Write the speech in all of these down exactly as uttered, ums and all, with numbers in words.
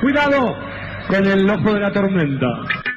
Cuidado con el ojo de la tormenta.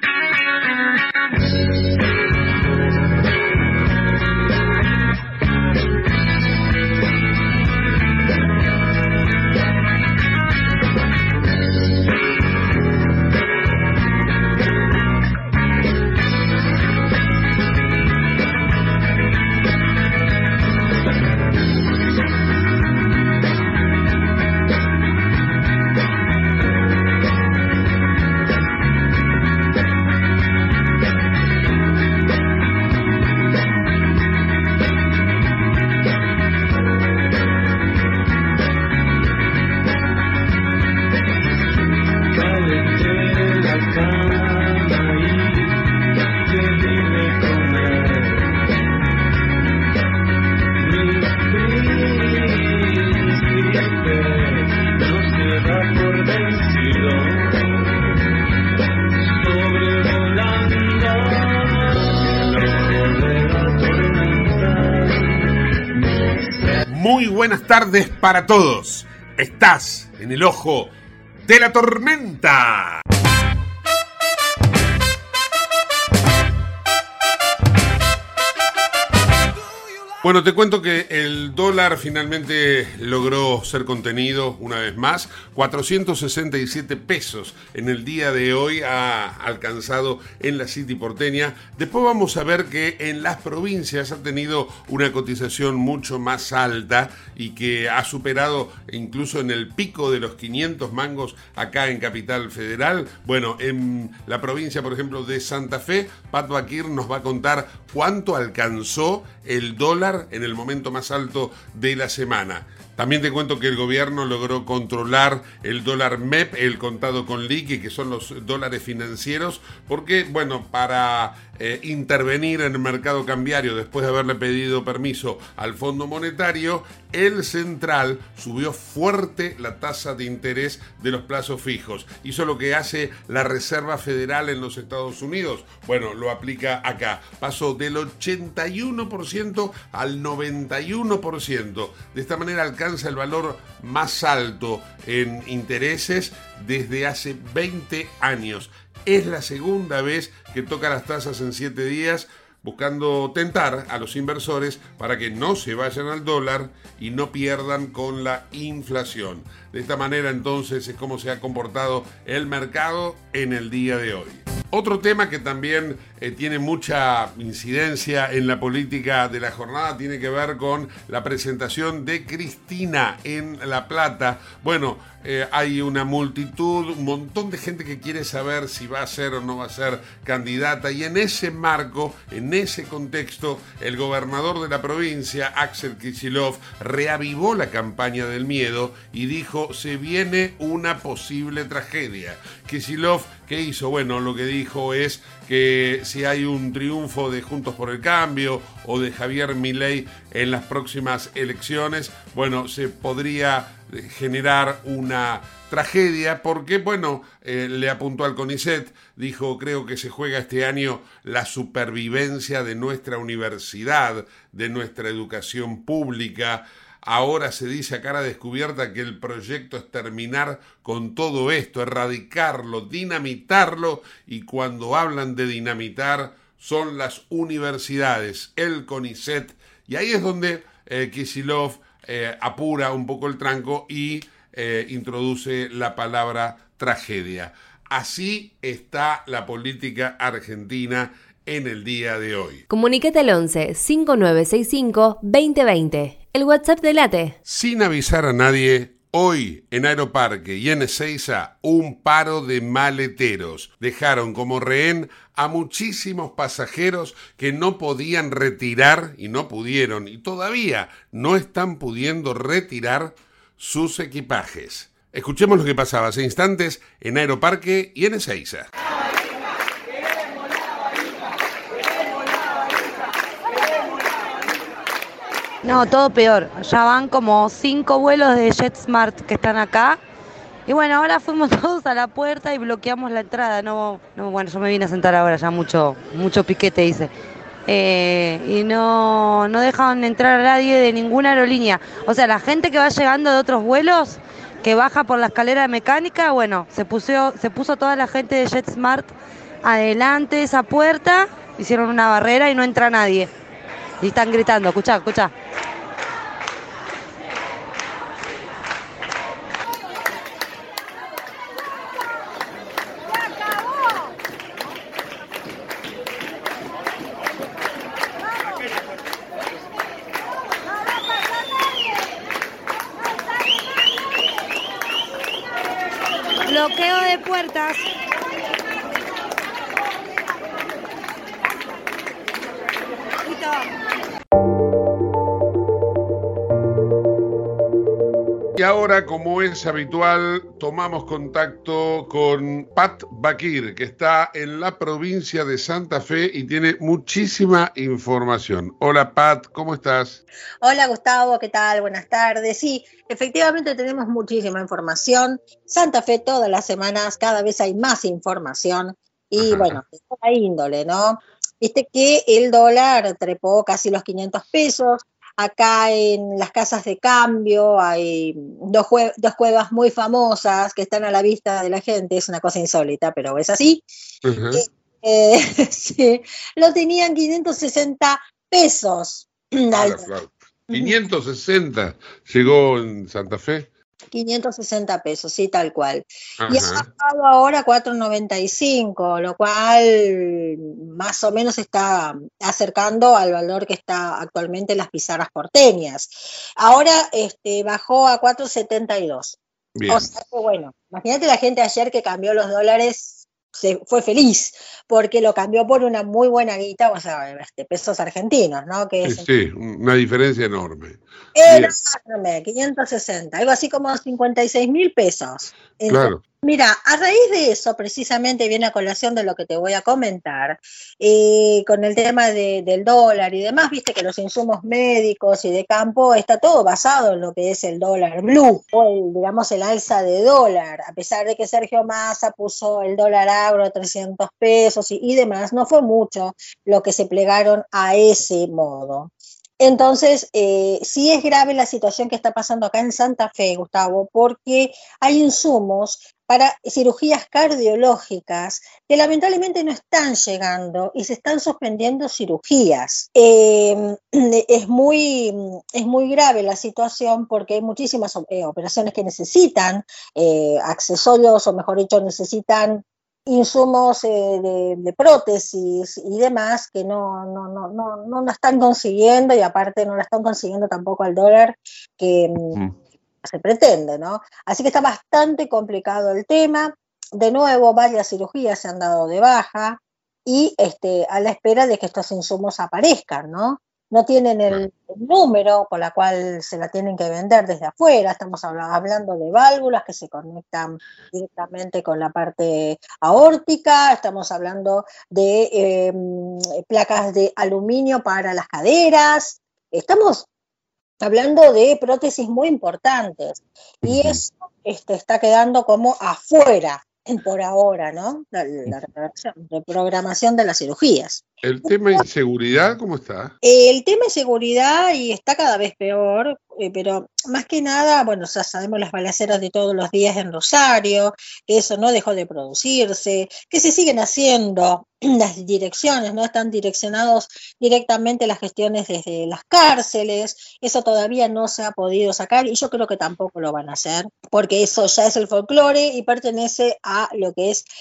Muy buenas tardes para todos. Estás en el ojo de la tormenta. Bueno, te cuento que el dólar finalmente logró ser contenido una vez más. cuatrocientos sesenta y siete pesos en el día de hoy ha alcanzado en la City porteña. Después vamos a ver que en las provincias ha tenido una cotización mucho más alta y que ha superado incluso en el pico de los quinientos mangos acá en Capital Federal. Bueno, en la provincia, por ejemplo, de Santa Fe, Pat Bakir nos va a contar cuánto alcanzó el dólar en el momento más alto de la semana. También te cuento que el gobierno logró controlar el dólar M E P, el contado con liqui, que son los dólares financieros, porque, bueno, para eh, intervenir en el mercado cambiario, después de haberle pedido permiso al Fondo Monetario, el Central subió fuerte la tasa de interés de los plazos fijos. Hizo lo que hace la Reserva Federal en los Estados Unidos. Bueno, lo aplica acá. Pasó del ochenta y uno por ciento al noventa y uno por ciento. De esta manera alcanza el valor más alto en intereses desde hace veinte años. Es la segunda vez que toca las tasas en siete días, buscando tentar a los inversores para que no se vayan al dólar y no pierdan con la inflación. De esta manera, entonces, es como se ha comportado el mercado en el día de hoy. Otro tema que también eh, tiene mucha incidencia en la política de la jornada tiene que ver con la presentación de Cristina en La Plata. Bueno, eh, hay una multitud, un montón de gente que quiere saber si va a ser o no va a ser candidata, y en ese marco, en ese contexto, el gobernador de la provincia, Axel Kicillof, reavivó la campaña del miedo y dijo: se viene una posible tragedia. Kicillof, ¿qué hizo? Bueno, lo que dijo es que si hay un triunfo de Juntos por el Cambio o de Javier Milei en las próximas elecciones, bueno, se podría generar una tragedia porque, bueno, eh, le apuntó al CONICET, dijo: creo que se juega este año la supervivencia de nuestra universidad, de nuestra educación pública. Ahora se dice a cara descubierta que el proyecto es terminar con todo esto, erradicarlo, dinamitarlo, y cuando hablan de dinamitar son las universidades, el CONICET, y ahí es donde eh, Kicillof eh, apura un poco el tranco y eh, introduce la palabra tragedia. Así está la política argentina en el día de hoy. Comunicate al once, cinco nueve seis cinco, veinte veinte. El WhatsApp de Late. Sin avisar a nadie, hoy en Aeroparque y en Ezeiza, un paro de maleteros. Dejaron como rehén a muchísimos pasajeros que no podían retirar y no pudieron y todavía no están pudiendo retirar sus equipajes. Escuchemos lo que pasaba hace instantes en Aeroparque y en Ezeiza. No, todo peor. Ya van como cinco vuelos de JetSmart que están acá. Y bueno, ahora fuimos todos a la puerta y bloqueamos la entrada. No, no, bueno, yo me vine a sentar ahora, ya mucho, mucho piquete hice. Eh, y no, no dejan entrar a nadie de ninguna aerolínea. O sea, la gente que va llegando de otros vuelos que baja por la escalera mecánica, bueno, se puso, se puso toda la gente de JetSmart adelante de esa puerta, hicieron una barrera y no entra nadie. Y están gritando, escuchá, escuchá. Bloqueo de puertas. Y ahora, como es habitual, tomamos contacto con Pat Bakir, que está en la provincia de Santa Fe y tiene muchísima información. Hola Pat, ¿cómo estás? Hola Gustavo, ¿qué tal? Buenas tardes. Sí, efectivamente tenemos muchísima información. Santa Fe todas las semanas, cada vez hay más información y Ajá. bueno, de toda índole, ¿no? Viste que el dólar trepó casi los quinientos pesos. Acá en las casas de cambio hay dos, jue- dos cuevas muy famosas que están a la vista de la gente. Es una cosa insólita, pero es así. Uh-huh. Eh, eh, sí, lo tenían quinientos sesenta pesos. Claro, claro. quinientos sesenta llegó en Santa Fe. quinientos sesenta pesos, sí, tal cual. Ajá. Y ha bajado ahora a cuatro noventa y cinco, lo cual más o menos está acercando al valor que está actualmente en las pizarras porteñas. Ahora este, bajó a cuatro setenta y dos. Bien. O sea que bueno, imagínate la gente ayer que cambió los dólares, se fue feliz, porque lo cambió por una muy buena guita, o sea, este, pesos argentinos, ¿no? Que sí, es sí, una diferencia enorme. Enorme, quinientos sesenta, algo así como cincuenta y seis mil pesos. Entonces, claro. Mira, a raíz de eso, precisamente viene a colación de lo que te voy a comentar, eh, con el tema de, del dólar y demás, viste que los insumos médicos y de campo está todo basado en lo que es el dólar blue, o el, digamos el alza de dólar, a pesar de que Sergio Massa puso el dólar agro a trescientos pesos y, y demás, no fue mucho lo que se plegaron a ese modo. Entonces, eh, sí es grave la situación que está pasando acá en Santa Fe, Gustavo, porque hay insumos para cirugías cardiológicas que lamentablemente no están llegando y se están suspendiendo cirugías. Eh, es, muy, es muy grave la situación porque hay muchísimas eh, operaciones que necesitan eh, accesorios, o mejor dicho, necesitan insumos eh, de, de prótesis y demás que no, no, no, no, no la están consiguiendo, y aparte no la están consiguiendo tampoco al dólar que mm. se pretende, ¿no? Así que está bastante complicado el tema. De nuevo, varias cirugías se han dado de baja y este, a la espera de que estos insumos aparezcan, ¿no? No tienen el, el número por la cual se la tienen que vender desde afuera. Estamos hablando de válvulas que se conectan directamente con la parte aórtica, estamos hablando de eh, placas de aluminio para las caderas, estamos hablando de prótesis muy importantes y uh-huh. eso este, está quedando como afuera por ahora, ¿no? La, la reprogramación de las cirugías. ¿El tema de inseguridad cómo está? El tema de seguridad y está cada vez peor, eh, pero más que nada, bueno, ya sabemos las balaceras de todos los días en Rosario, que eso no dejó de producirse, que se siguen haciendo las direcciones, no están direccionados directamente las gestiones desde las cárceles, eso todavía no se ha podido sacar y yo creo que tampoco lo van a hacer, porque eso ya es el folclore y pertenece a lo que es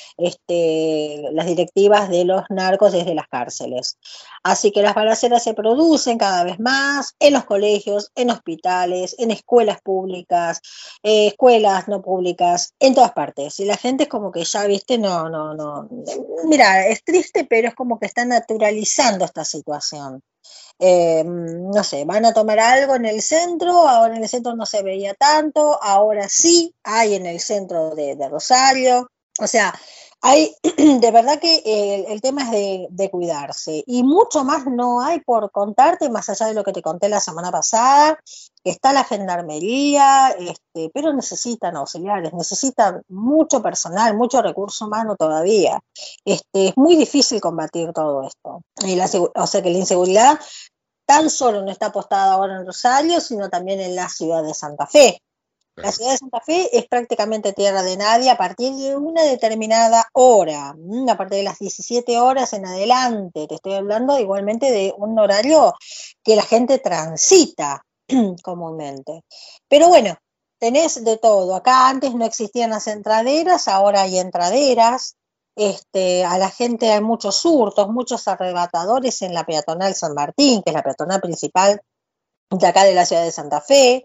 este, las directivas de los narcos desde las cárceles. Así que las balaceras se producen cada vez más en los colegios, en hospitales, en escuelas públicas, eh, escuelas no públicas, en todas partes. Y la gente es como que ya, viste, no, no, no. Mira, es triste, pero es como que está naturalizando esta situación. Eh, no sé, van a tomar algo en el centro, ahora en el centro no se veía tanto, ahora sí hay en el centro de, de Rosario. O sea, hay, de verdad que el, el tema es de, de cuidarse y mucho más no hay por contarte, más allá de lo que te conté la semana pasada, que está la gendarmería, este, pero necesitan auxiliares, necesitan mucho personal, mucho recurso humano todavía. Este, es muy difícil combatir todo esto. Y la, o sea que la inseguridad tan solo no está apostada ahora en Rosario, sino también en la ciudad de Santa Fe. La ciudad de Santa Fe es prácticamente tierra de nadie a partir de una determinada hora, a partir de las diecisiete horas en adelante. Te estoy hablando igualmente de un horario que la gente transita comúnmente. Pero bueno, tenés de todo. Acá antes no existían las entraderas, ahora hay entraderas. Este, a la gente hay muchos hurtos, muchos arrebatadores en la peatonal San Martín, que es la peatonal principal de acá de la ciudad de Santa Fe.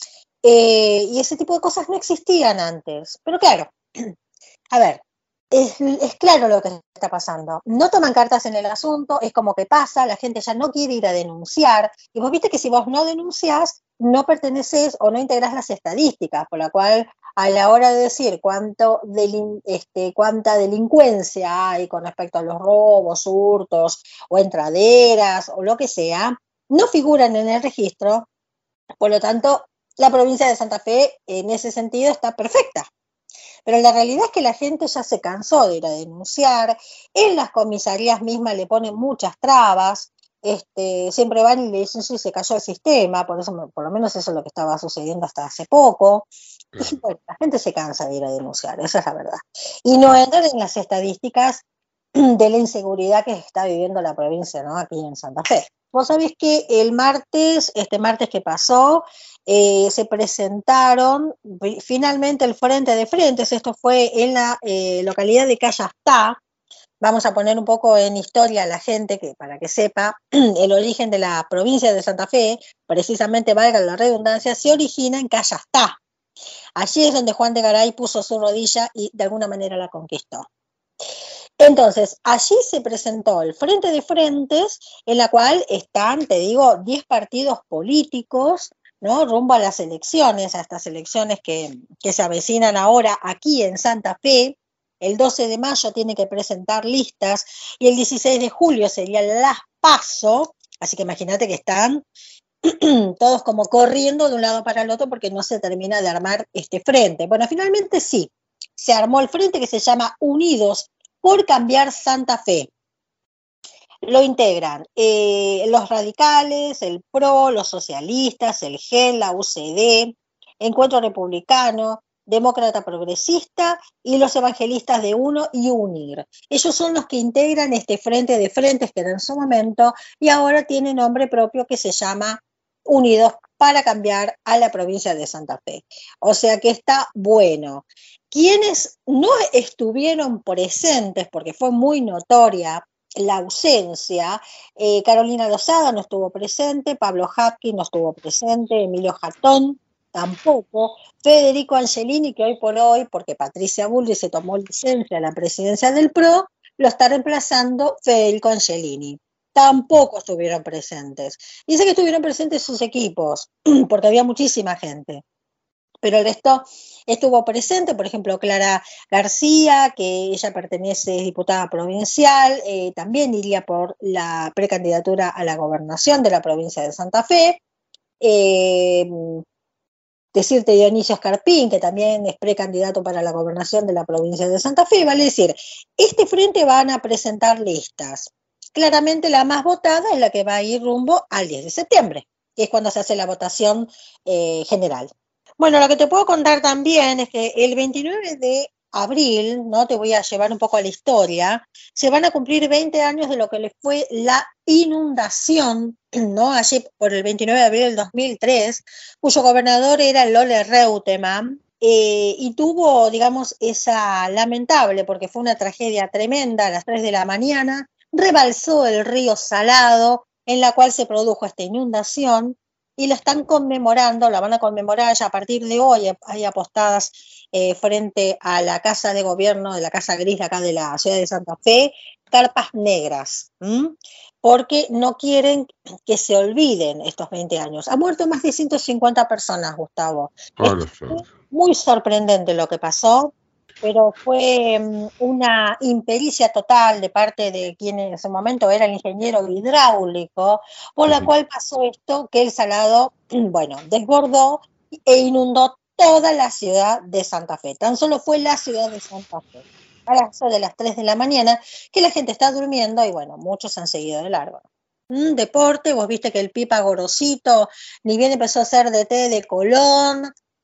Eh, y ese tipo de cosas no existían antes. Pero claro, a ver, es, es claro lo que está pasando. No toman cartas en el asunto, es como que pasa, la gente ya no quiere ir a denunciar. Y vos viste que si vos no denunciás, no perteneces o no integrás las estadísticas, por la cual a la hora de decir cuánto delin, este, cuánta delincuencia hay con respecto a los robos, hurtos o entraderas o lo que sea, no figuran en el registro. Por lo tanto, la provincia de Santa Fe en ese sentido está perfecta. Pero la realidad es que la gente ya se cansó de ir a denunciar, en las comisarías mismas le ponen muchas trabas, este, siempre van y le dicen sí, se cayó el sistema, por eso, por lo menos eso es lo que estaba sucediendo hasta hace poco. Y bueno, la gente se cansa de ir a denunciar, esa es la verdad. Y no entran en las estadísticas de la inseguridad que está viviendo la provincia, ¿no? Aquí en Santa Fe. Vos sabés que el martes, este martes que pasó, eh, se presentaron finalmente el Frente de Frentes. Esto fue en la eh, localidad de Callastá. Vamos a poner un poco en historia a la gente que, para que sepa el origen de la provincia de Santa Fe, precisamente valga la redundancia, se origina en Callastá. Allí es donde Juan de Garay puso su rodilla y de alguna manera la conquistó. Entonces, allí se presentó el Frente de Frentes, en la cual están, te digo, diez partidos políticos, ¿no? Rumbo a las elecciones, a estas elecciones que, que se avecinan ahora aquí en Santa Fe. El doce de mayo tiene que presentar listas y el dieciséis de julio sería las PASO, así que imagínate que están todos como corriendo de un lado para el otro porque no se termina de armar este frente. Bueno, finalmente sí, se armó el frente que se llama Unidos por Cambiar Santa Fe. Lo integran eh, los radicales, el P R O, los socialistas, el G E N, la U C D, Encuentro Republicano, Demócrata Progresista y los evangelistas de UNO y UNIR. Ellos son los que integran este Frente de Frentes que era en su momento y ahora tiene nombre propio que se llama Unidos para Cambiar a la provincia de Santa Fe. O sea que está bueno. Quienes no estuvieron presentes, porque fue muy notoria la ausencia, eh, Carolina Lozada no estuvo presente, Pablo Hapkin no estuvo presente, Emilio Jatón tampoco, Federico Angelini, que hoy por hoy, porque Patricia Bullrich se tomó licencia a la presidencia del P R O, lo está reemplazando Federico Angelini. Tampoco estuvieron presentes. Dice que estuvieron presentes sus equipos, porque había muchísima gente. Pero el resto estuvo presente, por ejemplo, Clara García, que ella pertenece, es diputada provincial, eh, también iría por la precandidatura a la gobernación de la provincia de Santa Fe. Eh, decirte Dionisio Escarpín, que también es precandidato para la gobernación de la provincia de Santa Fe, vale decir, este frente van a presentar listas. Claramente la más votada es la que va a ir rumbo al diez de septiembre, que es cuando se hace la votación eh, general. Bueno, lo que te puedo contar también es que el veintinueve de abril, ¿no? Te voy a llevar un poco a la historia, se van a cumplir veinte años de lo que le fue la inundación, ¿no? Allí por el veintinueve de abril del dos mil tres, cuyo gobernador era Lole Reutemann, eh, y tuvo, digamos, esa lamentable, porque fue una tragedia tremenda, a las tres de la mañana, rebalsó el río Salado, en la cual se produjo esta inundación, y la están conmemorando, la van a conmemorar ya a partir de hoy, hay apostadas eh, frente a la Casa de Gobierno, de la Casa Gris de acá de la ciudad de Santa Fe, carpas negras, ¿m? Porque no quieren que se olviden estos veinte años. Ha muerto más de ciento cincuenta personas, Gustavo. Oh, es muy sorprendente lo que pasó, pero fue una impericia total de parte de quien en ese momento era el ingeniero hidráulico, por la cual pasó esto, que el Salado, bueno, desbordó e inundó toda la ciudad de Santa Fe. Tan solo fue la ciudad de Santa Fe, a las de las tres de la mañana, que la gente está durmiendo y bueno, muchos han seguido de largo. Un deporte, vos viste que el Pipa Gorosito, ni bien empezó a ser D T de Colón,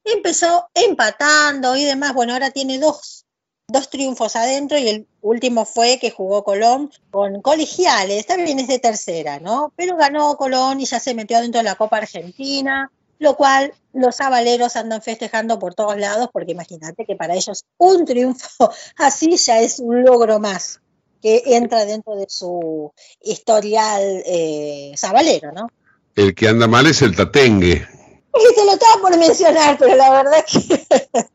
empezó empatando y demás. Bueno, ahora tiene dos, dos triunfos adentro y el último fue que jugó Colón con Colegiales, también es de tercera, ¿no? Pero ganó Colón y ya se metió dentro de la Copa Argentina, lo cual los avaleros andan festejando por todos lados, porque imagínate que para ellos un triunfo así ya es un logro más, que entra dentro de su historial eh, sabalero, ¿no? El que anda mal es el Tatengue. Y te lo estaba por mencionar, pero la verdad es que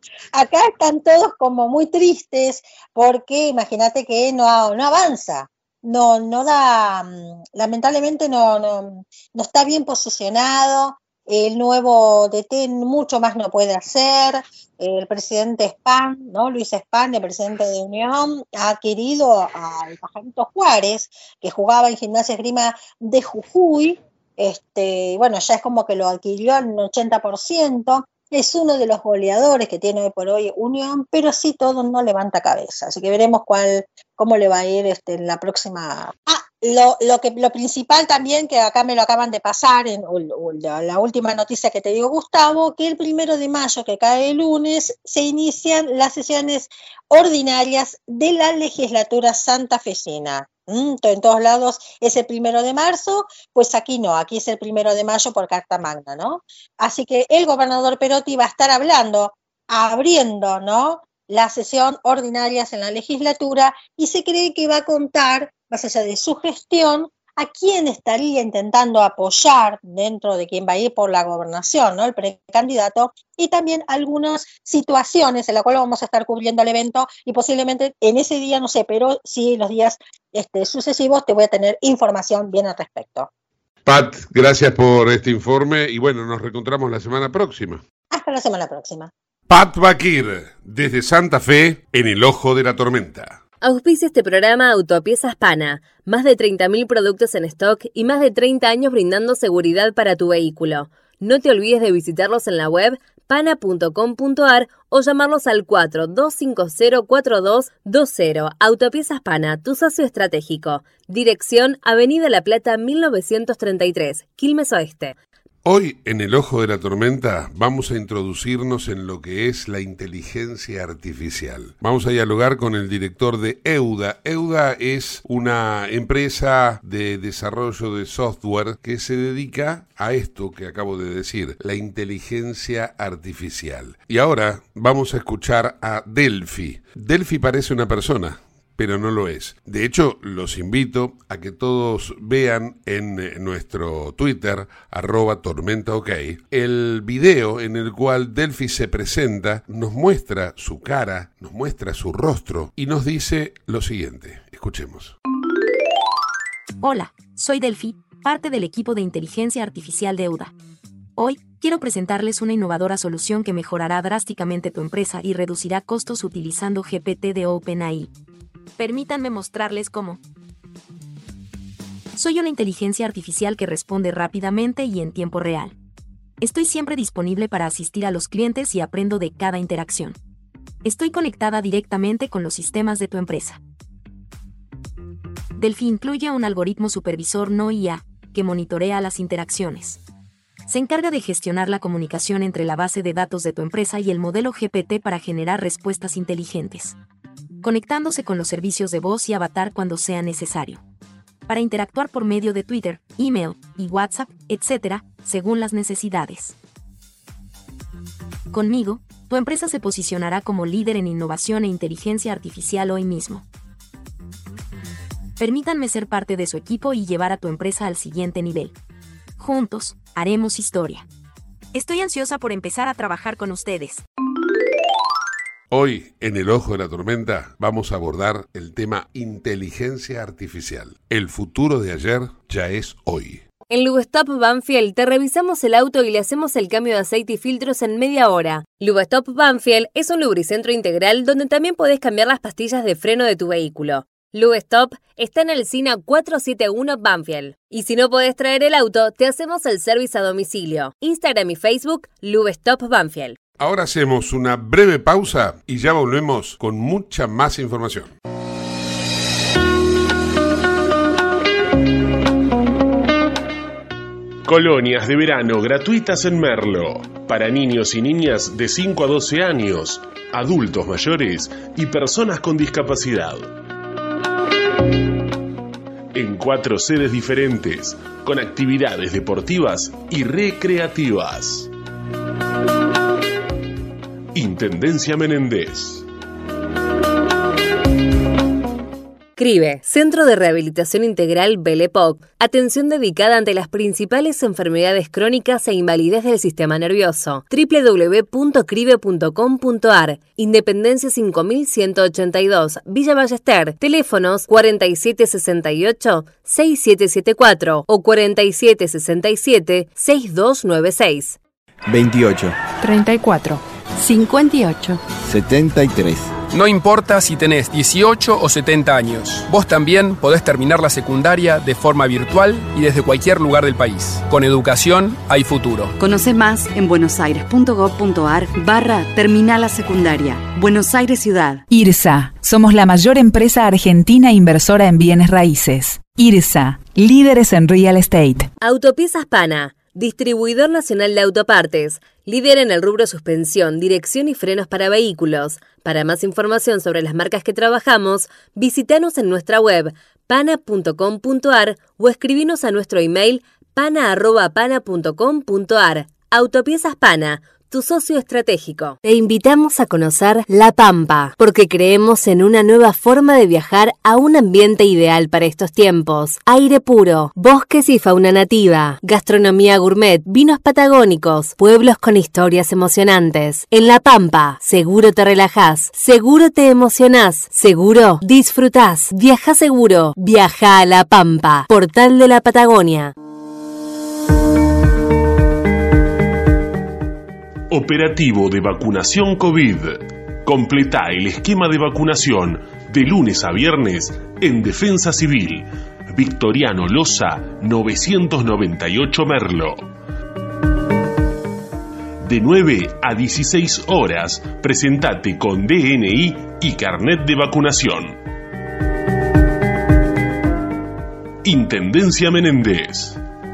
acá están todos como muy tristes, porque imagínate que no, no avanza. No, no da, lamentablemente no, no, no está bien posicionado. El nuevo D T mucho más no puede hacer. El presidente Spahn, ¿no? Luis Spahn, el presidente de Unión, ha adquirido al Pajarito Juárez, que jugaba en Gimnasia Esgrima de Jujuy. Este, bueno, ya es como que lo adquirió en un ochenta por ciento. Es uno de los goleadores que tiene hoy por hoy Unión, pero sí todo no levanta cabeza. Así que veremos cuál, cómo le va a ir este, en la próxima. Ah, lo, lo, que, lo principal también, que acá me lo acaban de pasar, en o, o la, la última noticia que te digo, Gustavo, que el primero de mayo, que cae el lunes, se inician las sesiones ordinarias de la legislatura santafesina. En todos lados es el primero de marzo, pues aquí no, aquí es el primero de mayo por Carta Magna, ¿no? Así que el gobernador Perotti va a estar hablando, abriendo, ¿no?, las sesiones ordinarias en la legislatura, y se cree que va a contar, más allá de su gestión, a quién estaría intentando apoyar dentro de quién va a ir por la gobernación, ¿no?, el precandidato, y también algunas situaciones en las cuales vamos a estar cubriendo el evento, y posiblemente en ese día, no sé, pero sí en los días este, sucesivos te voy a tener información bien al respecto. Pat, gracias por este informe y bueno, nos reencontramos la semana próxima. Hasta la semana próxima. Pat Bakir, desde Santa Fe, en el ojo de la tormenta. Auspicia este programa Autopiezas Pana. Más de treinta mil productos en stock y más de treinta años brindando seguridad para tu vehículo. No te olvides de visitarlos en la web pana punto com punto a r o llamarlos al cuatro dos cinco cero cuatro dos dos cero. Autopiezas Pana, tu socio estratégico. Dirección Avenida La Plata mil novecientos treinta y tres, Quilmes Oeste. Hoy, en el ojo de la tormenta, vamos a introducirnos en lo que es la inteligencia artificial. Vamos a dialogar con el director de EUDA. EUDA es una empresa de desarrollo de software que se dedica a esto que acabo de decir, la inteligencia artificial. Y ahora vamos a escuchar a Delphi. Delphi parece una persona, pero no lo es. De hecho, los invito a que todos vean en nuestro Twitter, arroba tormentaok, el video en el cual Delphi se presenta, nos muestra su cara, nos muestra su rostro y nos dice lo siguiente. Escuchemos. Hola, soy Delphi, parte del equipo de inteligencia artificial de EUDA. Hoy, quiero presentarles una innovadora solución que mejorará drásticamente tu empresa y reducirá costos utilizando G P T de OpenAI. Permítanme mostrarles cómo. Soy una inteligencia artificial que responde rápidamente y en tiempo real. Estoy siempre disponible para asistir a los clientes y aprendo de cada interacción. Estoy conectada directamente con los sistemas de tu empresa. Delphi incluye un algoritmo supervisor no I A, que monitorea las interacciones. Se encarga de gestionar la comunicación entre la base de datos de tu empresa y el modelo G P T para generar respuestas inteligentes, conectándose con los servicios de voz y avatar cuando sea necesario, para interactuar por medio de Twitter, email y WhatsApp, etcétera, según las necesidades. Conmigo, tu empresa se posicionará como líder en innovación e inteligencia artificial hoy mismo. Permítanme ser parte de su equipo y llevar a tu empresa al siguiente nivel. Juntos, haremos historia. Estoy ansiosa por empezar a trabajar con ustedes. Hoy, en el ojo de la tormenta, vamos a abordar el tema inteligencia artificial. El futuro de ayer ya es hoy. En Lubestop Banfield te revisamos el auto y le hacemos el cambio de aceite y filtros en media hora. Lubestop Banfield es un lubricentro integral donde también podés cambiar las pastillas de freno de tu vehículo. Lubestop está en el SINA cuatrocientos setenta y uno Banfield. Y si no podés traer el auto, te hacemos el service a domicilio. Instagram y Facebook, Lubestop Banfield. Ahora hacemos una breve pausa y ya volvemos con mucha más información. Colonias de verano gratuitas en Merlo, para niños y niñas de cinco a doce años, adultos mayores y personas con discapacidad. En cuatro sedes diferentes, con actividades deportivas y recreativas. Intendencia Menéndez. CRIBE, Centro de Rehabilitación Integral Belle-Époque, atención dedicada ante las principales enfermedades crónicas e invalidez del sistema nervioso. doble u doble u doble u punto cribe punto com punto a r, Independencia cinco mil ciento ochenta y dos, Villa Ballester, teléfonos cuarenta y siete sesenta y ocho, sesenta y siete setenta y cuatro o cuarenta y siete sesenta y siete, sesenta y dos noventa y seis. veintiocho, treinta y cuatro, cincuenta y ocho, setenta y tres. No importa si tenés dieciocho o setenta años, vos también podés terminar la secundaria de forma virtual y desde cualquier lugar del país. Con educación hay futuro. Conoce más en buenosaires.gov.ar barra Terminal la Secundaria. Buenos Aires Ciudad. IRSA. Somos la mayor empresa argentina inversora en bienes raíces. IRSA. Líderes en real estate. Autopiezas Pana. Distribuidor nacional de autopartes, líder en el rubro suspensión, dirección y frenos para vehículos. Para más información sobre las marcas que trabajamos, visítanos en nuestra web pana punto com punto a r o escribinos a nuestro email pana arroba pana punto com punto a r. Autopiezas Pana, tu socio estratégico. Te invitamos a conocer La Pampa, porque creemos en una nueva forma de viajar a un ambiente ideal para estos tiempos. Aire puro, bosques y fauna nativa, gastronomía gourmet, vinos patagónicos, pueblos con historias emocionantes. En La Pampa, seguro te relajás, seguro te emocionás, seguro disfrutás. Viaja seguro, viaja a La Pampa, Portal de la Patagonia. Operativo de vacunación COVID. Completá el esquema de vacunación de lunes a viernes en Defensa Civil. Victoriano Loza, novecientos noventa y ocho Merlo. De nueve a dieciséis horas, presentate con D N I y carnet de vacunación. Intendencia Menéndez.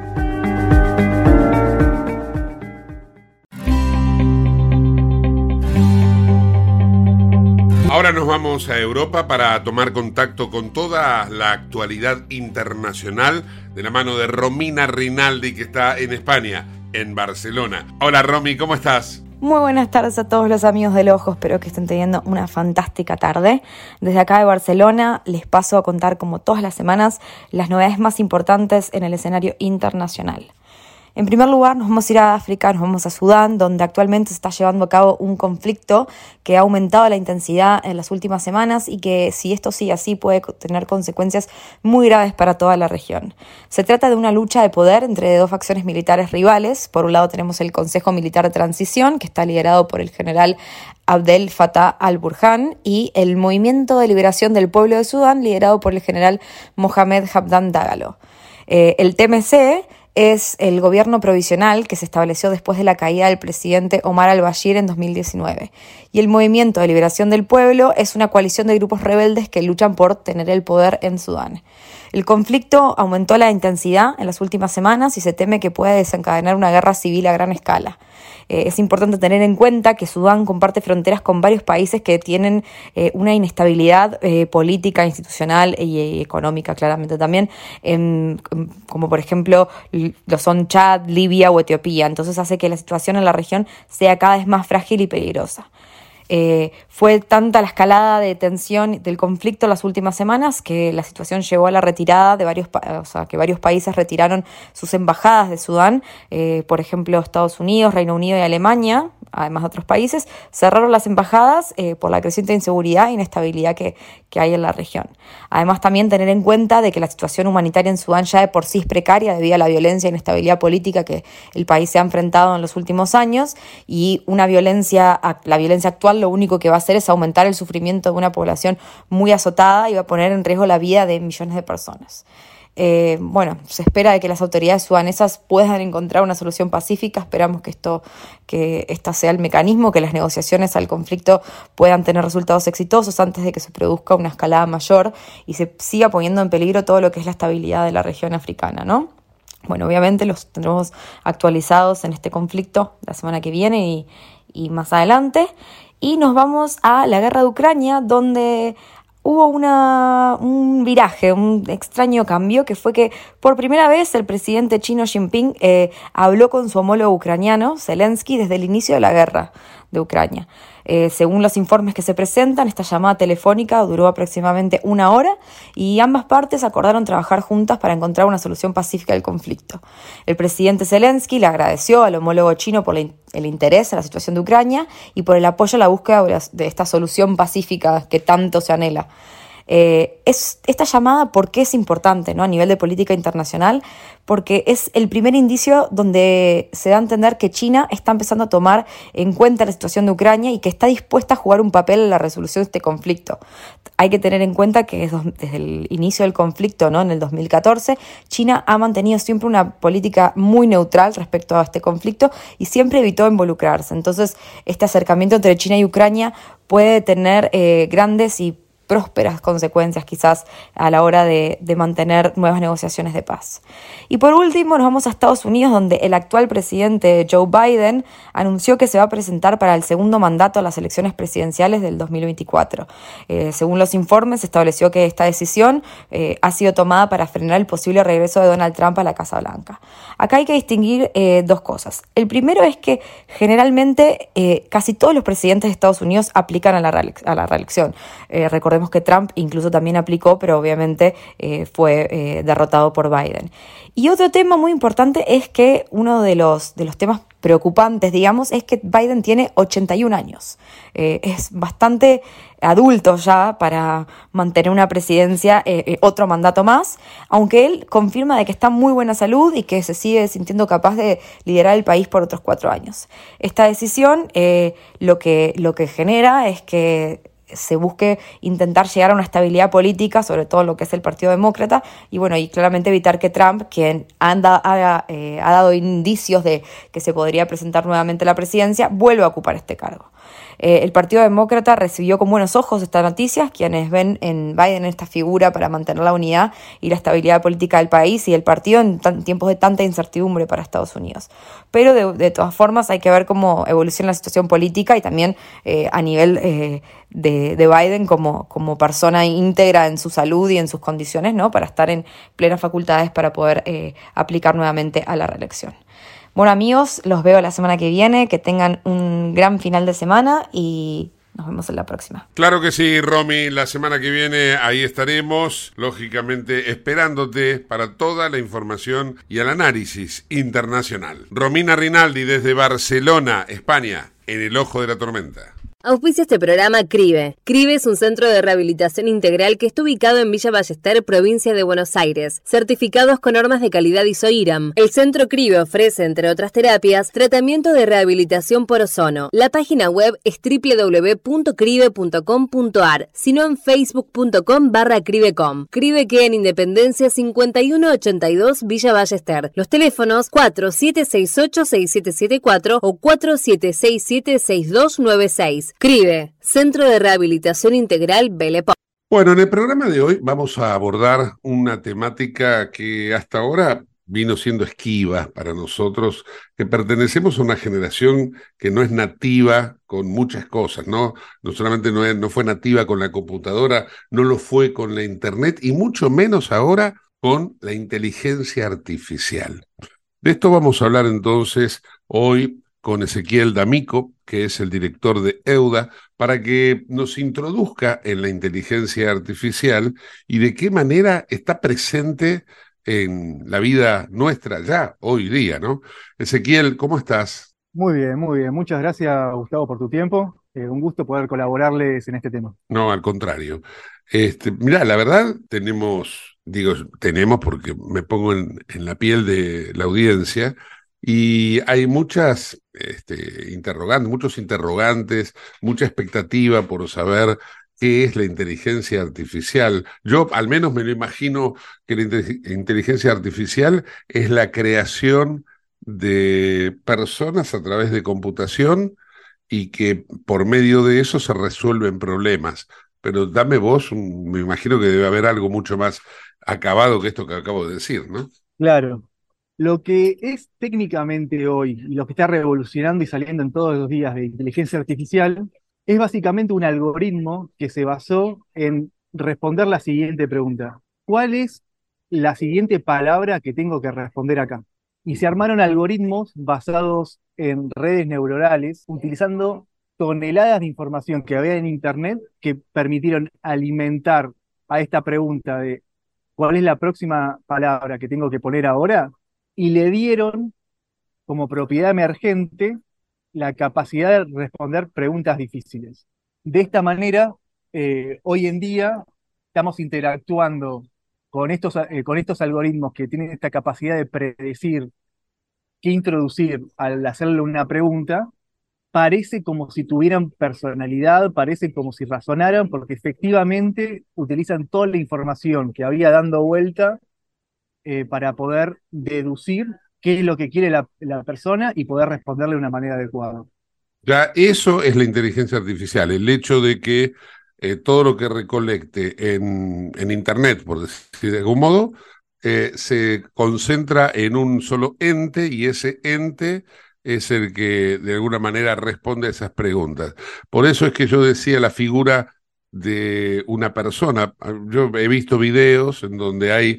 Ahora nos vamos a Europa para tomar contacto con toda la actualidad internacional de la mano de Romina Rinaldi, que está en España, en Barcelona. Hola Romy, ¿cómo estás? Muy buenas tardes a todos los amigos del Ojo, espero que estén teniendo una fantástica tarde. Desde acá de Barcelona les paso a contar, como todas las semanas, las novedades más importantes en el escenario internacional. En primer lugar, nos vamos a ir a África, nos vamos a Sudán, donde actualmente se está llevando a cabo un conflicto que ha aumentado la intensidad en las últimas semanas y que, si esto sigue así, puede tener consecuencias muy graves para toda la región. Se trata de una lucha de poder entre dos facciones militares rivales. Por un lado tenemos el Consejo Militar de Transición, que está liderado por el general Abdel Fattah al-Burhan, y el Movimiento de Liberación del Pueblo de Sudán, liderado por el general Mohamed Hamdan Dagalo. Eh, el T M C es el gobierno provisional que se estableció después de la caída del presidente Omar al-Bashir en dos mil diecinueve. Y el Movimiento de Liberación del Pueblo es una coalición de grupos rebeldes que luchan por tener el poder en Sudán. El conflicto aumentó la intensidad en las últimas semanas y se teme que pueda desencadenar una guerra civil a gran escala. Eh, es importante tener en cuenta que Sudán comparte fronteras con varios países que tienen eh, una inestabilidad eh, política, institucional y, y económica, claramente también, eh, como por ejemplo lo son Chad, Libia o Etiopía. Entonces hace que la situación en la región sea cada vez más frágil y peligrosa. Eh, fue tanta la escalada de tensión del conflicto en las últimas semanas que la situación llevó a la retirada de varios, o sea, que varios países retiraron sus embajadas de Sudán. Eh, por ejemplo, Estados Unidos, Reino Unido y Alemania, además de otros países, cerraron las embajadas eh, por la creciente inseguridad e inestabilidad que, que hay en la región. Además, también tener en cuenta de que la situación humanitaria en Sudán ya de por sí es precaria debido a la violencia e inestabilidad política que el país se ha enfrentado en los últimos años, y una violencia, la violencia actual lo único que va a hacer es aumentar el sufrimiento de una población muy azotada y va a poner en riesgo la vida de millones de personas. Eh, bueno, se espera de que las autoridades sudanesas puedan encontrar una solución pacífica. Esperamos que esto, que esta sea el mecanismo, que las negociaciones al conflicto puedan tener resultados exitosos antes de que se produzca una escalada mayor y se siga poniendo en peligro todo lo que es la estabilidad de la región africana, ¿no? Bueno, obviamente los tendremos actualizados en este conflicto la semana que viene y, y más adelante. Y nos vamos a la guerra de Ucrania, donde hubo una, un viraje, un extraño cambio, que fue que por primera vez el presidente chino Jinping eh, habló con su homólogo ucraniano, Zelensky, desde el inicio de la guerra de Ucrania. Eh, según los informes que se presentan, esta llamada telefónica duró aproximadamente una hora y ambas partes acordaron trabajar juntas para encontrar una solución pacífica del conflicto. El presidente Zelensky le agradeció al homólogo chino por el interés en la situación de Ucrania y por el apoyo a la búsqueda de esta solución pacífica que tanto se anhela. Eh, es, esta llamada, ¿por qué es importante, ¿no? A nivel de política internacional? Porque es el primer indicio donde se da a entender que China está empezando a tomar en cuenta la situación de Ucrania y que está dispuesta a jugar un papel en la resolución de este conflicto. Hay que tener en cuenta que desde el inicio del conflicto, ¿no? En el dos mil catorce, China ha mantenido siempre una política muy neutral respecto a este conflicto y siempre evitó involucrarse. Entonces, este acercamiento entre China y Ucrania puede tener eh, grandes y prósperas consecuencias quizás a la hora de, de mantener nuevas negociaciones de paz. Y por último nos vamos a Estados Unidos, donde el actual presidente Joe Biden anunció que se va a presentar para el segundo mandato a las elecciones presidenciales del dos mil veinticuatro. Eh, según los informes, se estableció que esta decisión eh, ha sido tomada para frenar el posible regreso de Donald Trump a la Casa Blanca. Acá hay que distinguir eh, dos cosas. El primero es que generalmente eh, casi todos los presidentes de Estados Unidos aplican a la, reele- a la reelección. Eh, recordemos que Trump incluso también aplicó, pero obviamente eh, fue eh, derrotado por Biden. Y otro tema muy importante es que uno de los, de los temas preocupantes, digamos, es que Biden tiene ochenta y un años. Eh, es bastante adulto ya para mantener una presidencia, eh, eh, otro mandato más, aunque él confirma de que está en muy buena salud y que se sigue sintiendo capaz de liderar el país por otros cuatro años. Esta decisión eh, lo que, lo que genera es que se busque intentar llegar a una estabilidad política, sobre todo en lo que es el Partido Demócrata, y bueno, y claramente evitar que Trump, quien anda, ha, eh, ha dado indicios de que se podría presentar nuevamente a la presidencia, vuelva a ocupar este cargo. Eh, el Partido Demócrata recibió con buenos ojos esta noticia, quienes ven en Biden esta figura para mantener la unidad y la estabilidad política del país y el partido en tan, tiempos de tanta incertidumbre para Estados Unidos. Pero de, de todas formas hay que ver cómo evoluciona la situación política y también eh, a nivel eh, de, de Biden como, como persona íntegra en su salud y en sus condiciones, ¿no? Para estar en plenas facultades para poder eh, aplicar nuevamente a la reelección. Bueno, amigos, los veo la semana que viene, que tengan un gran final de semana y nos vemos en la próxima. Claro que sí, Romy, la semana que viene ahí estaremos, lógicamente esperándote para toda la información y el análisis internacional. Romina Rinaldi desde Barcelona, España, en el ojo de la tormenta. Auspicia este programa CRIBE. CRIBE es un centro de rehabilitación integral que está ubicado en Villa Ballester, provincia de Buenos Aires, certificados con normas de calidad I S O IRAM. El centro CRIBE ofrece, entre otras terapias, tratamiento de rehabilitación por ozono. La página web es doble u doble u doble u punto cribe punto com punto a r, sino en facebook punto com barra cribecom. CRIBE queda en Independencia cincuenta y uno ochenta y dos Villa Ballester. Los teléfonos cuatro siete seis ocho seis siete siete cuatro o cuatro siete seis siete seis dos nueve seis. CRIBE, Centro de Rehabilitación Integral Belle Époque. Bueno, en el programa de hoy vamos a abordar una temática que hasta ahora vino siendo esquiva para nosotros, que pertenecemos a una generación que no es nativa con muchas cosas, ¿no? No solamente no, es, no fue nativa con la computadora, no lo fue con la internet y mucho menos ahora con la inteligencia artificial. De esto vamos a hablar entonces hoy con Ezequiel D'Amico, que es el director de EUDA, para que nos introduzca en la inteligencia artificial y de qué manera está presente en la vida nuestra ya, hoy día, ¿no? Ezequiel, ¿cómo estás? Muy bien, muy bien. Muchas gracias, Gustavo, por tu tiempo. Eh, un gusto poder colaborarles en este tema. No, al contrario. Este, mirá, la verdad, tenemos, digo, tenemos porque me pongo en, en la piel de la audiencia, y hay muchas este, interrogantes, muchos interrogantes, mucha expectativa por saber qué es la inteligencia artificial. Yo al menos me lo imagino que la inteligencia artificial es la creación de personas a través de computación y que por medio de eso se resuelven problemas. Pero dame vos, un, me imagino que debe haber algo mucho más acabado que esto que acabo de decir, ¿no? Claro. Lo que es técnicamente hoy y lo que está revolucionando y saliendo en todos los días de inteligencia artificial es básicamente un algoritmo que se basó en responder la siguiente pregunta. ¿Cuál es la siguiente palabra que tengo que responder acá? Y se armaron algoritmos basados en redes neuronales utilizando toneladas de información que había en Internet que permitieron alimentar a esta pregunta de ¿cuál es la próxima palabra que tengo que poner ahora? Y le dieron como propiedad emergente la capacidad de responder preguntas difíciles. De esta manera, eh, hoy en día estamos interactuando con estos, eh, con estos algoritmos que tienen esta capacidad de predecir qué introducir al hacerle una pregunta. Parece como si tuvieran personalidad, parece como si razonaran, porque efectivamente utilizan toda la información que había dando vuelta eh, para poder deducir qué es lo que quiere la, la persona y poder responderle de una manera adecuada. Ya eso es la inteligencia artificial, el hecho de que eh, todo lo que recolecte en, en Internet, por decir de algún modo, eh, se concentra en un solo ente y ese ente es el que de alguna manera responde a esas preguntas. Por eso es que yo decía la figura de una persona. Yo he visto videos en donde hay,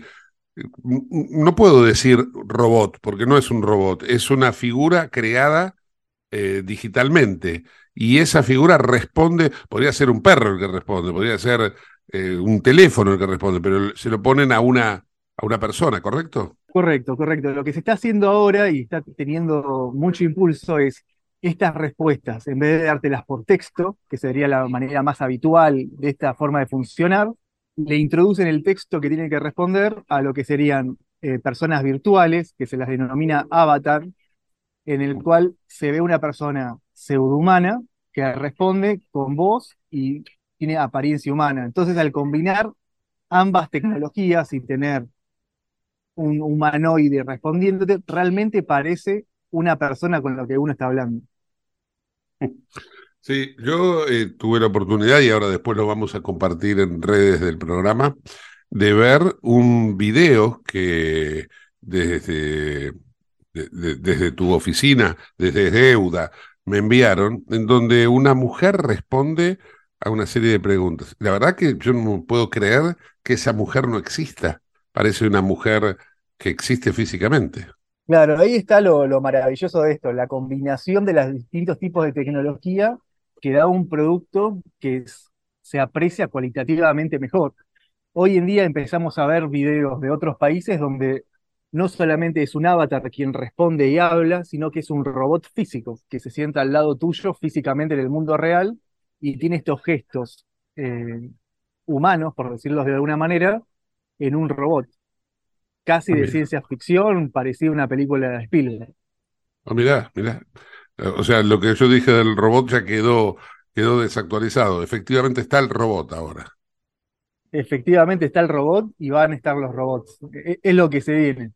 no puedo decir robot, porque no es un robot, es una figura creada eh, digitalmente, y esa figura responde, podría ser un perro el que responde, podría ser eh, un teléfono el que responde, pero se lo ponen a una, a una persona, ¿correcto? Correcto, correcto. Lo que se está haciendo ahora y está teniendo mucho impulso es estas respuestas, en vez de dártelas por texto, que sería la manera más habitual de esta forma de funcionar, le introducen el texto que tiene que responder a lo que serían eh, personas virtuales, que se las denomina avatar, en el cual se ve una persona pseudohumana que responde con voz y tiene apariencia humana. Entonces, al combinar ambas tecnologías y tener un humanoide respondiéndote, realmente parece una persona con la que uno está hablando. Sí, yo eh, tuve la oportunidad, y ahora después lo vamos a compartir en redes del programa, de ver un video que desde, de, de, desde tu oficina, desde EUDA, me enviaron, en donde una mujer responde a una serie de preguntas. La verdad que yo no puedo creer que esa mujer no exista. Parece una mujer que existe físicamente. Claro, ahí está lo, lo maravilloso de esto, la combinación de los distintos tipos de tecnología que da un producto que es, se aprecia cualitativamente mejor. Hoy en día empezamos a ver videos de otros países donde no solamente es un avatar quien responde y habla, sino que es un robot físico que se sienta al lado tuyo físicamente en el mundo real y tiene estos gestos eh, humanos, por decirlo de alguna manera, en un robot. Casi Ah, de mira. ciencia ficción, parecida a una película de Spielberg. Oh, mirá, mirá. O sea, lo que yo dije del robot ya quedó, quedó desactualizado. Efectivamente está el robot ahora. Efectivamente está el robot y van a estar los robots. E- Es lo que se viene.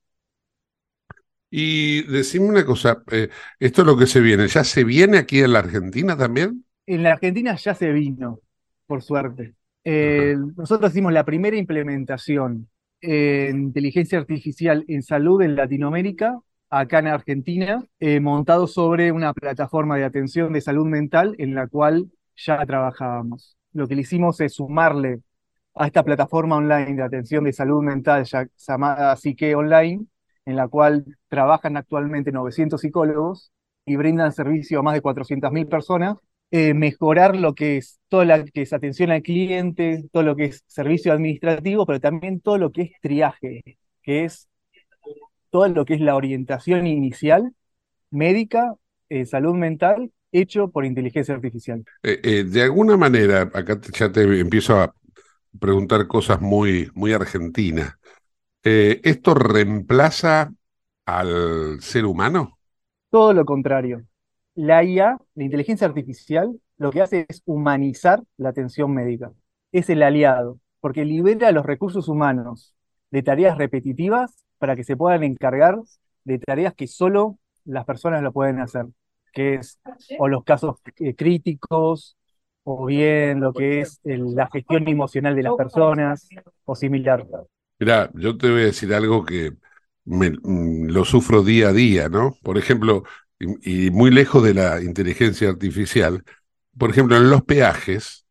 Y decime una cosa, eh, esto es lo que se viene, ¿ya se viene aquí en la Argentina también? En la Argentina ya se vino, por suerte. Eh, nosotros hicimos la primera implementación en inteligencia artificial en salud en Latinoamérica, acá en Argentina, eh, montado sobre una plataforma de atención de salud mental en la cual ya trabajábamos. Lo que le hicimos es sumarle a esta plataforma online de atención de salud mental ya llamada Psique Online, en la cual trabajan actualmente novecientos psicólogos y brindan servicio a más de cuatrocientas mil personas, eh, mejorar lo que es todo lo que es atención al cliente, todo lo que es servicio administrativo, pero también todo lo que es triaje, que es todo lo que es la orientación inicial médica, eh, salud mental, hecho por inteligencia artificial. Eh, eh, de alguna manera, acá te- ya te empiezo a preguntar cosas muy, muy argentinas. Eh, ¿esto reemplaza al ser humano? Todo lo contrario. La I A, la inteligencia artificial, lo que hace es humanizar la atención médica. Es el aliado, porque libera los recursos humanos de tareas repetitivas para que se puedan encargar de tareas que solo las personas lo pueden hacer, que es o los casos eh, críticos, o bien lo que es el- la gestión emocional de las personas, o similar. Mirá, yo te voy a decir algo que me, mm, lo sufro día a día, ¿no? Por ejemplo, y, y muy lejos de la inteligencia artificial, por ejemplo, en los peajes,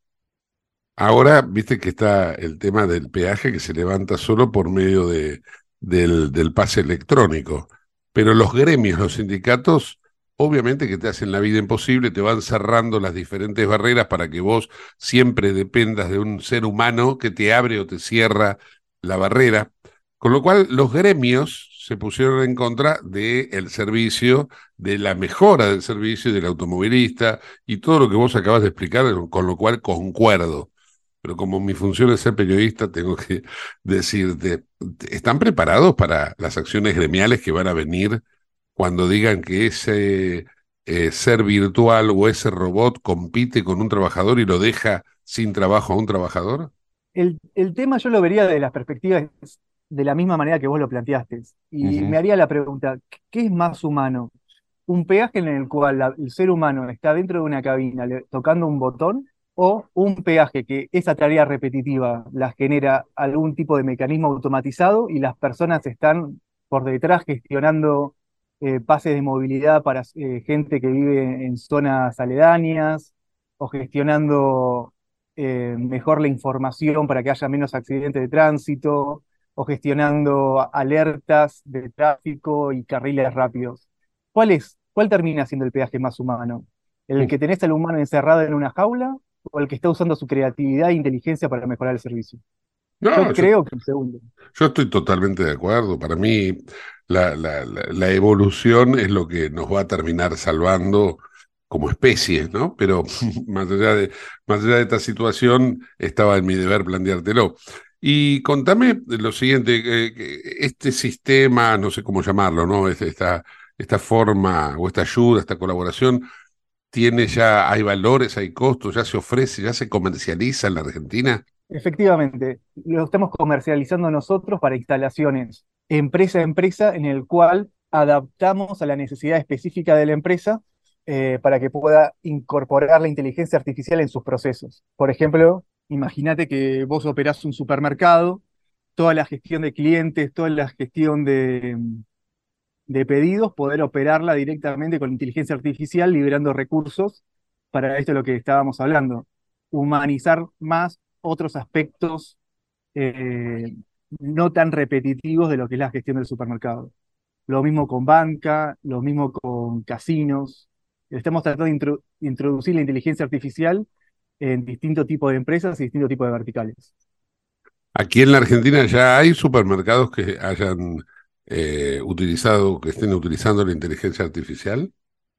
ahora viste que está el tema del peaje que se levanta solo por medio de, del, del pase electrónico, pero los gremios, los sindicatos, obviamente que te hacen la vida imposible, te van cerrando las diferentes barreras para que vos siempre dependas de un ser humano que te abre o te cierra la barrera, con lo cual los gremios se pusieron en contra del servicio, de la mejora del servicio del automovilista y todo lo que vos acabas de explicar, con lo cual concuerdo. Pero como mi función es ser periodista, tengo que decirte, ¿están preparados para las acciones gremiales que van a venir cuando digan que ese eh, ser virtual o ese robot compite con un trabajador y lo deja sin trabajo a un trabajador? El, el tema yo lo vería de las perspectivas de la misma manera que vos lo planteaste. Y Ujú. me haría la pregunta, ¿qué es más humano? ¿Un peaje en el cual la- el ser humano está dentro de una cabina le- tocando un botón? ¿O un peaje que esa tarea repetitiva la genera algún tipo de mecanismo automatizado y las personas están por detrás gestionando eh, pases de movilidad para eh, gente que vive en zonas aledañas o gestionando eh, mejor la información para que haya menos accidentes de tránsito o gestionando alertas de tráfico y carriles rápidos? ¿Cuál es, cuál termina siendo el peaje más humano? ¿El que tenés al humano encerrado en una jaula o el que está usando su creatividad e inteligencia para mejorar el servicio? Yo No, yo, creo que el segundo. yo estoy totalmente de acuerdo. Para mí, la, la, la, la evolución es lo que nos va a terminar salvando como especie, ¿no? Pero más allá de, más allá de esta situación, estaba en mi deber planteártelo. Y contame lo siguiente, eh, que este sistema, no sé cómo llamarlo, ¿no? Este- Esta, esta forma o esta ayuda, esta colaboración, tiene ya, hay valores, hay costos, ya se ofrece, ya se comercializa en la Argentina. Efectivamente, lo estamos comercializando nosotros para instalaciones empresa a empresa en el cual adaptamos a la necesidad específica de la empresa eh, para que pueda incorporar la inteligencia artificial en sus procesos. Por ejemplo, imagínate que vos operás un supermercado, toda la gestión de clientes, toda la gestión de, de pedidos, poder operarla directamente con inteligencia artificial, liberando recursos para esto de lo que estábamos hablando. Humanizar más otros aspectos eh, no tan repetitivos de lo que es la gestión del supermercado. Lo mismo con banca, lo mismo con casinos. Estamos tratando de intro- introducir la inteligencia artificial en distintos tipos de empresas y distintos tipos de verticales. Aquí en la Argentina ya hay supermercados que hayan eh, utilizado, que estén utilizando la inteligencia artificial.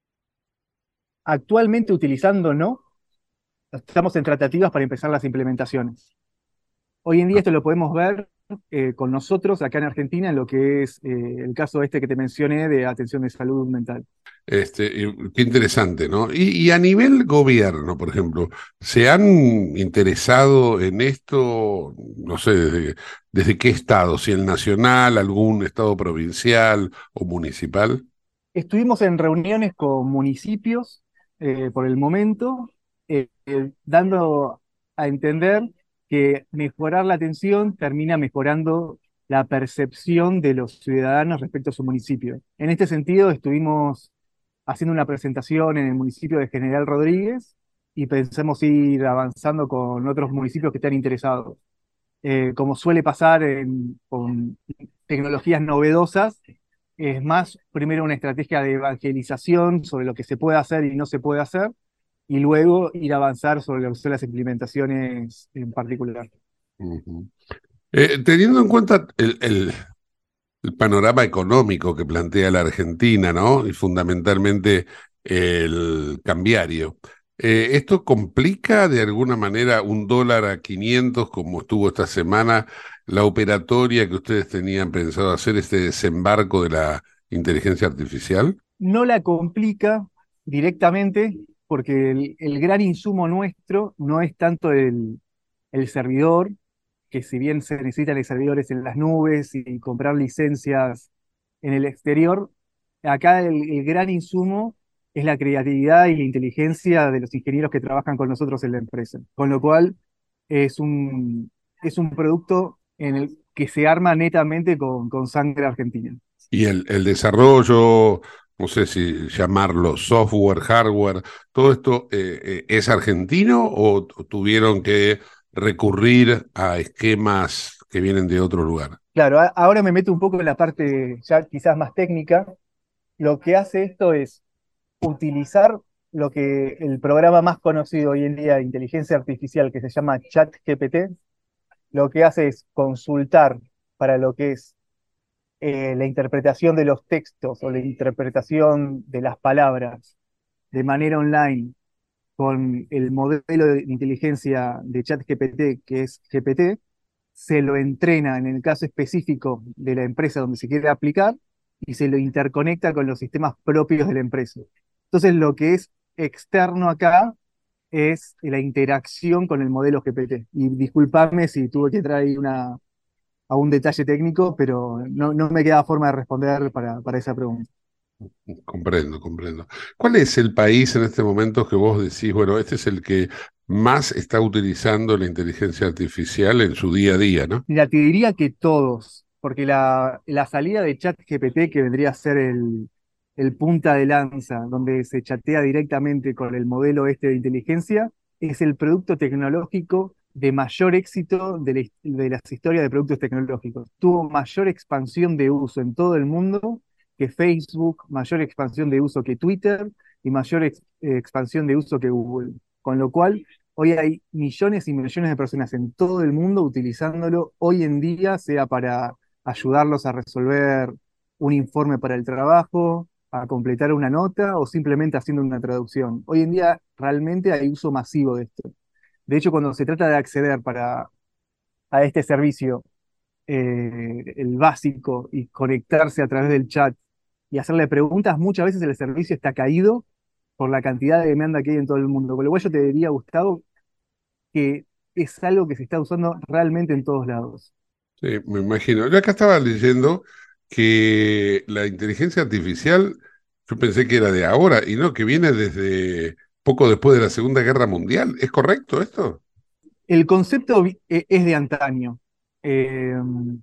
Actualmente utilizando no, estamos en tratativas para empezar las implementaciones. Hoy en día esto lo podemos ver eh, con nosotros acá en Argentina en lo que es eh, el caso este que te mencioné de atención de salud mental. Este, y qué interesante, ¿no? Y, y a nivel gobierno, por ejemplo, ¿se han interesado en esto, no sé, desde, desde qué estado? Si el nacional, algún estado provincial o municipal. Estuvimos en reuniones con municipios eh, por el momento, eh, eh, dando a entender que mejorar la atención termina mejorando la percepción de los ciudadanos respecto a su municipio. En este sentido, estuvimos haciendo una presentación en el municipio de General Rodríguez y pensamos ir avanzando con otros municipios que están interesados. Eh, como suele pasar en- con tecnologías novedosas, es más primero una estrategia de evangelización sobre lo que se puede hacer y no se puede hacer, y luego ir a avanzar sobre lo que son las implementaciones en particular. Ujú. Eh, teniendo en cuenta el, el- el panorama económico que plantea la Argentina, ¿no? Y fundamentalmente el cambiario. Eh, ¿esto complica de alguna manera un dólar a quinientos como estuvo esta semana, la operatoria que ustedes tenían pensado hacer, este desembarco de la inteligencia artificial? No la complica directamente porque el, el gran insumo nuestro no es tanto el, el servidor, que si bien se necesitan servidores en las nubes y comprar licencias en el exterior, acá el, el gran insumo es la creatividad y la inteligencia de los ingenieros que trabajan con nosotros en la empresa. Con lo cual es un, es un producto en el que se arma netamente con, con sangre argentina. Y el, el desarrollo, no sé si llamarlo software, hardware, ¿todo esto eh, eh, es argentino o t- tuvieron que recurrir a esquemas que vienen de otro lugar? Claro, a- ahora me meto un poco en la parte ya quizás más técnica. Lo que hace esto es utilizar lo que el programa más conocido hoy en día de inteligencia artificial, que se llama ChatGPT, lo que hace es consultar para lo que es eh, la interpretación de los textos o la interpretación de las palabras de manera online con el modelo de inteligencia de ChatGPT, que es G P T, se lo entrena en el caso específico de la empresa donde se quiere aplicar y se lo interconecta con los sistemas propios de la empresa. Entonces, lo que es externo acá es la interacción con el modelo G P T. Y discúlpame si tuve que entrar ahí una, a un detalle técnico, pero no, no me queda forma de responder para, para esa pregunta. Comprendo, comprendo. ¿Cuál es el país en este momento que vos decís, bueno, este es el que más está utilizando la inteligencia artificial en su día a día, ¿no? Mira, te diría que todos, porque la, la salida de ChatGPT, que vendría a ser el, el punta de lanza, donde se chatea directamente con el modelo este de inteligencia, es el producto tecnológico de mayor éxito de, la, his- de las historias de productos tecnológicos. Tuvo mayor expansión de uso en todo el mundo que Facebook, mayor expansión de uso que Twitter y mayor ex- eh, expansión de uso que Google. Con lo cual, hoy hay millones y millones de personas en todo el mundo utilizándolo hoy en día, sea para ayudarlos a resolver un informe para el trabajo, a completar una nota o simplemente haciendo una traducción. Hoy en día realmente hay uso masivo de esto. De hecho, cuando se trata de acceder para, a este servicio, eh, el básico, y conectarse a través del chat y hacerle preguntas, muchas veces el servicio está caído por la cantidad de demanda que hay en todo el mundo. Con lo cual yo te diría, Gustavo, que es algo que se está usando realmente en todos lados. Sí, me imagino. Yo acá estaba leyendo que la inteligencia artificial, yo pensé que era de ahora y no, que viene desde poco después de la Segunda Guerra Mundial. ¿Es correcto esto? El concepto vi- e- es de antaño. Eh,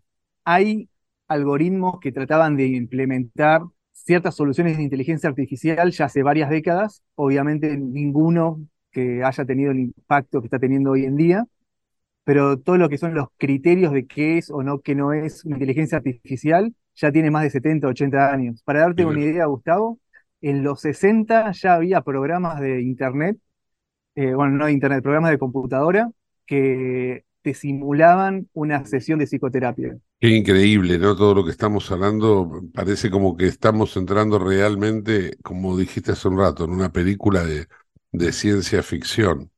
Hay algoritmos que trataban de implementar ciertas soluciones de inteligencia artificial ya hace varias décadas, obviamente ninguno que haya tenido el impacto que está teniendo hoy en día, pero todo lo que son los criterios de qué es o no, qué no es una inteligencia artificial, ya tiene más de setenta, ochenta años. Para darte una Mira. idea, Gustavo, en los sesenta ya había programas de internet, eh, bueno, no de internet, programas de computadora que te simulaban una sesión de psicoterapia. Qué increíble, ¿no? Todo lo que estamos hablando parece como que estamos entrando realmente, como dijiste hace un rato, en una película de, de ciencia ficción.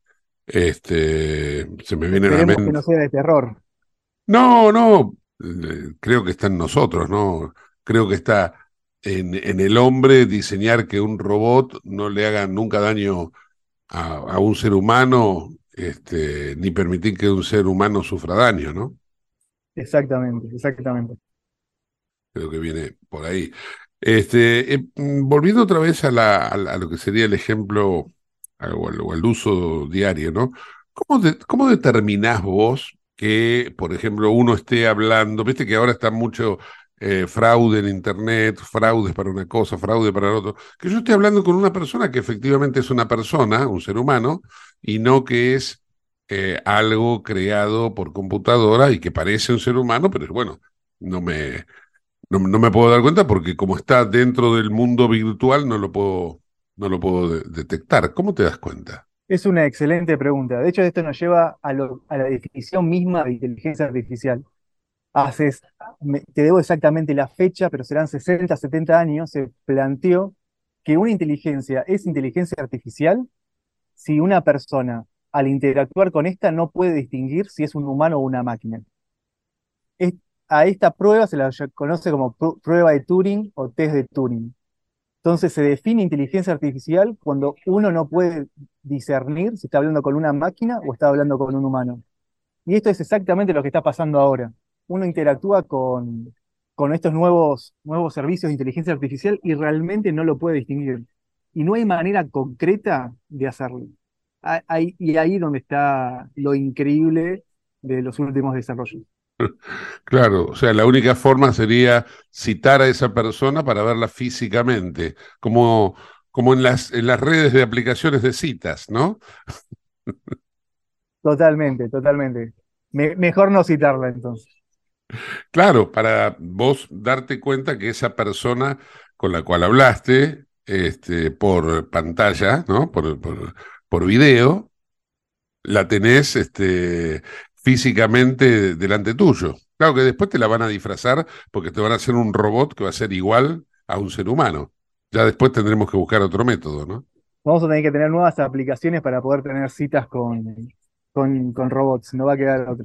Este, se me viene a la Esperemos que no mente. sea de terror. No, no, eh, creo que está en nosotros, ¿no? Creo que está en, en el hombre diseñar que un robot no le haga nunca daño a, a un ser humano, este, ni permitir que un ser humano sufra daño, ¿no? Exactamente, exactamente. Creo que viene por ahí. Este, eh, mm, volviendo otra vez a, la, a, la- a lo que sería el ejemplo a- o al, o al uso diario, ¿no? ¿Cómo, de- cómo determinás vos que, por ejemplo, uno esté hablando? Viste que ahora está mucho eh, fraude en Internet, fraudes para una cosa, fraude para el otro. Que yo esté hablando con una persona que efectivamente es una persona, un ser humano, y no que es eh, algo creado por computadora y que parece un ser humano, pero bueno, no me no, no me puedo dar cuenta porque como está dentro del mundo virtual no lo puedo, no lo puedo de- detectar. ¿Cómo te das cuenta? Es una excelente pregunta. De hecho, esto nos lleva a, lo- a la definición misma de inteligencia artificial. Haces, me- te debo exactamente la fecha, pero serán sesenta, setenta años, se planteó que una inteligencia es inteligencia artificial si una persona, al interactuar con esta, no puede distinguir si es un humano o una máquina. Es- a esta prueba se la conoce como pru- prueba de Turing o test de Turing. Entonces se define inteligencia artificial cuando uno no puede discernir si está hablando con una máquina o está hablando con un humano. Y esto es exactamente lo que está pasando ahora. Uno interactúa con, con estos nuevos, nuevos servicios de inteligencia artificial y realmente no lo puede distinguir. Y no hay manera concreta de hacerlo. Ah, ahí- y ahí donde está lo increíble de los últimos desarrollos. Claro, o sea, la única forma sería citar a esa persona para verla físicamente, como, como en las, en las redes de aplicaciones de citas, ¿no? Totalmente, totalmente. Me- mejor no citarla entonces. Claro, para vos darte cuenta que esa persona con la cual hablaste, este, por pantalla, ¿no? Por, por, por video, la tenés, este, físicamente delante tuyo. Claro que después te la van a disfrazar porque te van a hacer un robot que va a ser igual a un ser humano. Ya después tendremos que buscar otro método, ¿no? Vamos a tener que tener nuevas aplicaciones para poder tener citas con, con, con robots, no va a quedar otra.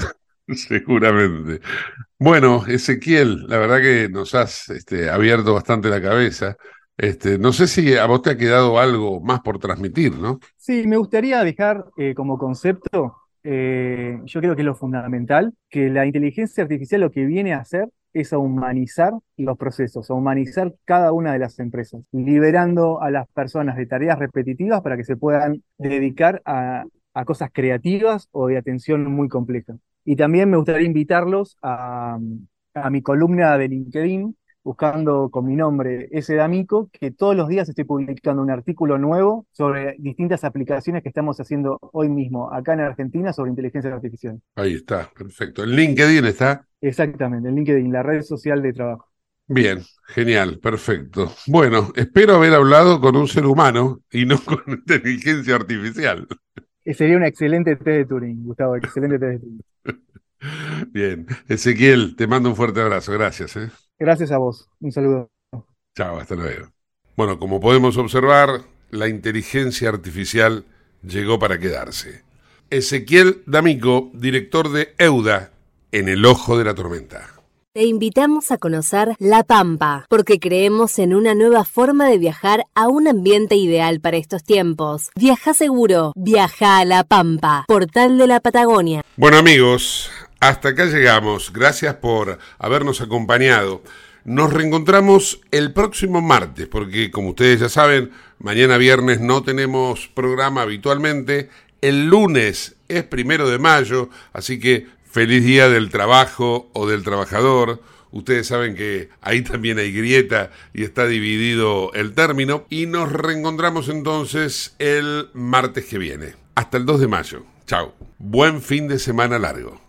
Seguramente. Bueno, Ezequiel, la verdad que nos has este, abierto bastante la cabeza. Este, no sé si a vos te ha quedado algo más por transmitir, ¿no? Sí, me gustaría dejar eh, como concepto, eh, yo creo que es lo fundamental, que la inteligencia artificial lo que viene a hacer es a humanizar los procesos, a humanizar cada una de las empresas, liberando a las personas de tareas repetitivas para que se puedan dedicar a, a cosas creativas o de atención muy compleja. Y también me gustaría invitarlos a, a mi columna de LinkedIn, buscando con mi nombre ese D'Amico, que todos los días estoy publicando un artículo nuevo sobre distintas aplicaciones que estamos haciendo hoy mismo acá en Argentina sobre inteligencia artificial. Ahí está, perfecto. En LinkedIn está. Exactamente, en LinkedIn, la red social de trabajo. Bien, genial, perfecto. Bueno, espero haber hablado con un ser humano y no con inteligencia artificial. Eh, Sería una excelente test de Turing, Gustavo, excelente test de Turing. Bien, Ezequiel, te mando un fuerte abrazo, gracias, ¿eh? Gracias a vos, un saludo. Chao, hasta luego. Bueno, como podemos observar, la inteligencia artificial llegó para quedarse. Ezequiel D'Amico, director de EUDA, en el ojo de la tormenta. Te invitamos a conocer La Pampa, porque creemos en una nueva forma de viajar a un ambiente ideal para estos tiempos. Viaja seguro, viaja a La Pampa, portal de la Patagonia. Bueno, amigos, hasta acá llegamos. Gracias por habernos acompañado. Nos reencontramos el próximo martes, porque como ustedes ya saben, mañana viernes no tenemos programa habitualmente. El lunes es primero de mayo, así que feliz día del trabajo o del trabajador. Ustedes saben que ahí también hay grieta y está dividido el término. Y nos reencontramos entonces el martes que viene. Hasta el dos de mayo. Chao. Buen fin de semana largo.